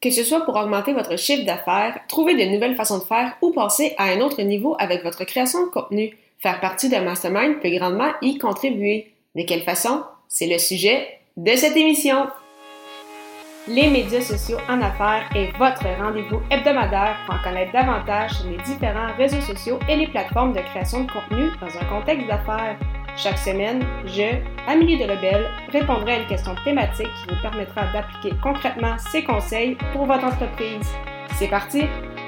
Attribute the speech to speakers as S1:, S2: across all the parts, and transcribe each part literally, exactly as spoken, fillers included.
S1: Que ce soit pour augmenter votre chiffre d'affaires, trouver de nouvelles façons de faire ou passer à un autre niveau avec votre création de contenu, faire partie d'un mastermind peut grandement y contribuer. De quelle façon? C'est le sujet de cette émission. Les médias sociaux en affaires est votre rendez-vous hebdomadaire pour en connaître davantage sur les différents réseaux sociaux et les plateformes de création de contenu dans un contexte d'affaires. Chaque semaine, je, Amélie Delobel, répondrai à une question thématique qui vous permettra d'appliquer concrètement ces conseils pour votre entreprise. C'est parti!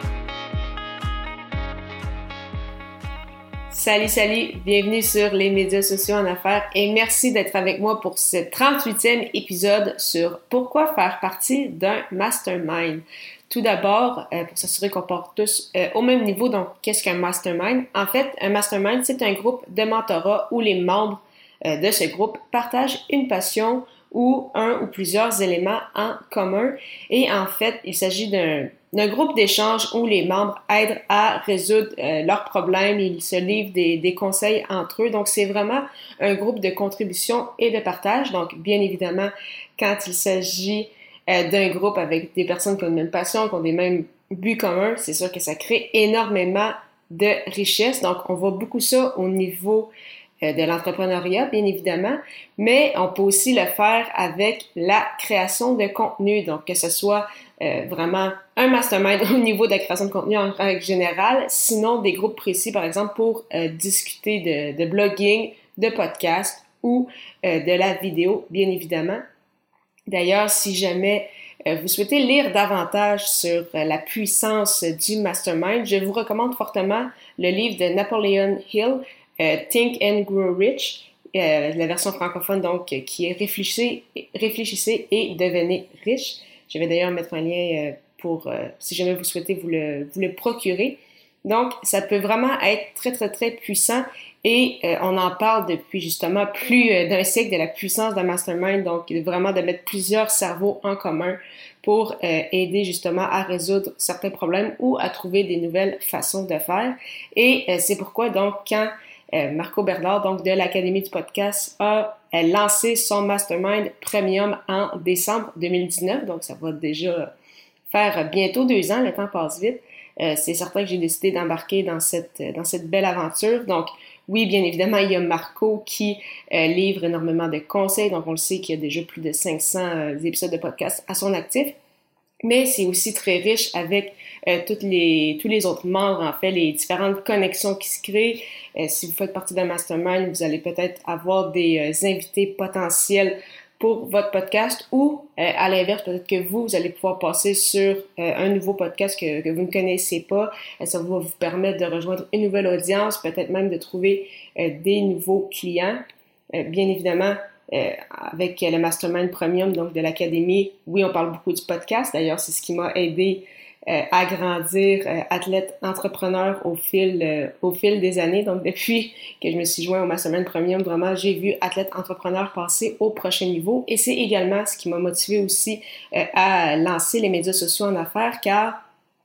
S1: Salut, salut! Bienvenue sur les médias sociaux en affaires et merci d'être avec moi pour ce trente-huitième épisode sur pourquoi faire partie d'un mastermind. Tout d'abord, euh, pour s'assurer qu'on porte tous euh, au même niveau, donc qu'est-ce qu'un mastermind? En fait, un mastermind, c'est un groupe de mentorat où les membres euh, de ce groupe partagent une passion ou un ou plusieurs éléments en commun. Et en fait, il s'agit d'un, d'un groupe d'échange où les membres aident à résoudre euh, leurs problèmes, ils se livrent des, des conseils entre eux. Donc, c'est vraiment un groupe de contribution et de partage. Donc, bien évidemment, quand il s'agit Euh, d'un groupe avec des personnes qui ont une même passion, qui ont des mêmes buts communs, c'est sûr que ça crée énormément de richesse. Donc, on voit beaucoup ça au niveau euh, de l'entrepreneuriat, bien évidemment, mais on peut aussi le faire avec la création de contenu. Donc, que ce soit euh, vraiment un mastermind au niveau de la création de contenu en règle générale, sinon des groupes précis, par exemple, pour euh, discuter de, de blogging, de podcast ou euh, de la vidéo, bien évidemment. D'ailleurs, si jamais euh, vous souhaitez lire davantage sur euh, la puissance du mastermind, je vous recommande fortement le livre de Napoleon Hill, euh, Think and Grow Rich, euh, la version francophone donc qui est Réfléchissez, réfléchissez et devenez riche. Je vais d'ailleurs mettre un lien euh, pour, euh, si jamais vous souhaitez vous le, vous le procurer. Donc, ça peut vraiment être très, très, très puissant et euh, on en parle depuis justement plus euh, d'un siècle de la puissance d'un mastermind, donc vraiment de mettre plusieurs cerveaux en commun pour euh, aider justement à résoudre certains problèmes ou à trouver des nouvelles façons de faire. Et euh, c'est pourquoi donc quand euh, Marco Bernard, donc de l'Académie du podcast, a euh, lancé son mastermind premium en décembre deux mille dix-neuf, donc ça va déjà faire bientôt deux ans, le temps passe vite. Euh, c'est certain que j'ai décidé d'embarquer dans cette, dans cette belle aventure. Donc, oui, bien évidemment, il y a Marco qui euh, livre énormément de conseils. Donc, on le sait qu'il y a déjà plus de cinq cents euh, épisodes de podcast à son actif. Mais c'est aussi très riche avec euh, toutes les, tous les autres membres, en fait, les différentes connexions qui se créent. Euh, si vous faites partie d'un mastermind, vous allez peut-être avoir des euh, invités potentiels pour votre podcast ou, euh, à l'inverse, peut-être que vous, vous allez pouvoir passer sur euh, un nouveau podcast que, que vous ne connaissez pas. Euh, ça va vous permettre de rejoindre une nouvelle audience, peut-être même de trouver euh, des nouveaux clients. Euh, bien évidemment, euh, avec le Mastermind Premium donc de l'Académie, oui, on parle beaucoup du podcast. D'ailleurs, c'est ce qui m'a aidé euh, à grandir euh, athlète entrepreneur au fil, euh, au fil des années. Donc, depuis que je me suis joint au Mastermind Premium, vraiment, j'ai vu athlète entrepreneur passer au prochain niveau. Et c'est également ce qui m'a motivé aussi euh, à lancer les médias sociaux en affaires, car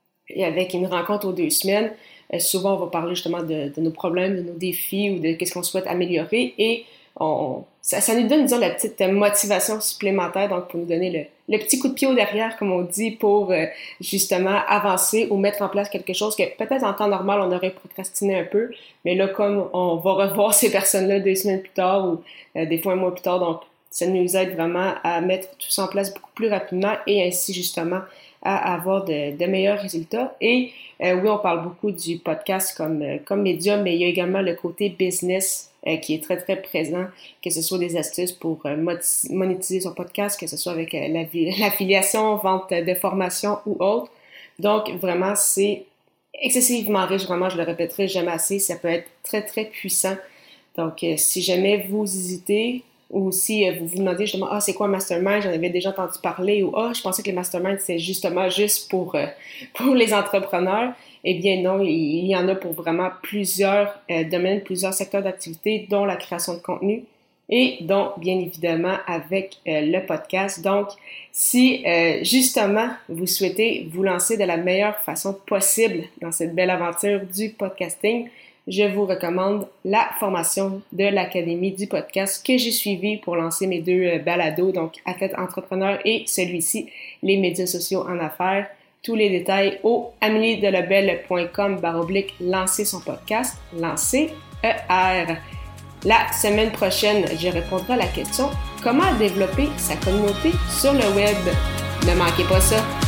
S1: avec une rencontre aux deux semaines, euh, souvent on va parler justement de, de nos problèmes, de nos défis ou de qu'est-ce qu'on souhaite améliorer. Et on, ça, ça nous donne, disons, la petite motivation supplémentaire, donc pour nous donner le, le petit coup de pied au derrière, comme on dit, pour euh, justement avancer ou mettre en place quelque chose que peut-être en temps normal, on aurait procrastiné un peu, mais là, comme on va revoir ces personnes-là deux semaines plus tard ou euh, des fois un mois plus tard, donc ça nous aide vraiment à mettre tout ça en place beaucoup plus rapidement et ainsi justement à avoir de, de meilleurs résultats. Et euh, oui, on parle beaucoup du podcast comme, euh, comme médium, mais il y a également le côté business euh, qui est très, très présent, que ce soit des astuces pour euh, monétiser son podcast, que ce soit avec euh, l'affiliation, vente de formation ou autre. Donc, vraiment, c'est excessivement riche. Vraiment, je le répéterai jamais assez. Ça peut être très, très puissant. Donc, euh, si jamais vous hésitez, ou si euh, vous vous demandez justement, ah, c'est quoi un mastermind? J'en avais déjà entendu parler, ou ah, je pensais que les masterminds, c'est justement juste pour, euh, pour les entrepreneurs. Eh bien non, il, il y en a pour vraiment plusieurs euh, domaines, plusieurs secteurs d'activité, dont la création de contenu et dont, bien évidemment, avec euh, le podcast. Donc, si euh, justement vous souhaitez vous lancer de la meilleure façon possible dans cette belle aventure du podcasting, je vous recommande la formation de l'Académie du podcast que j'ai suivie pour lancer mes deux balados, donc Athlète Entrepreneur et celui-ci, les médias sociaux en affaires. Tous les détails au ameliedelebel.com baroblique lancer son podcast, lancer E R. La semaine prochaine, je répondrai à la question « Comment développer sa communauté sur le web ?» Ne manquez pas ça!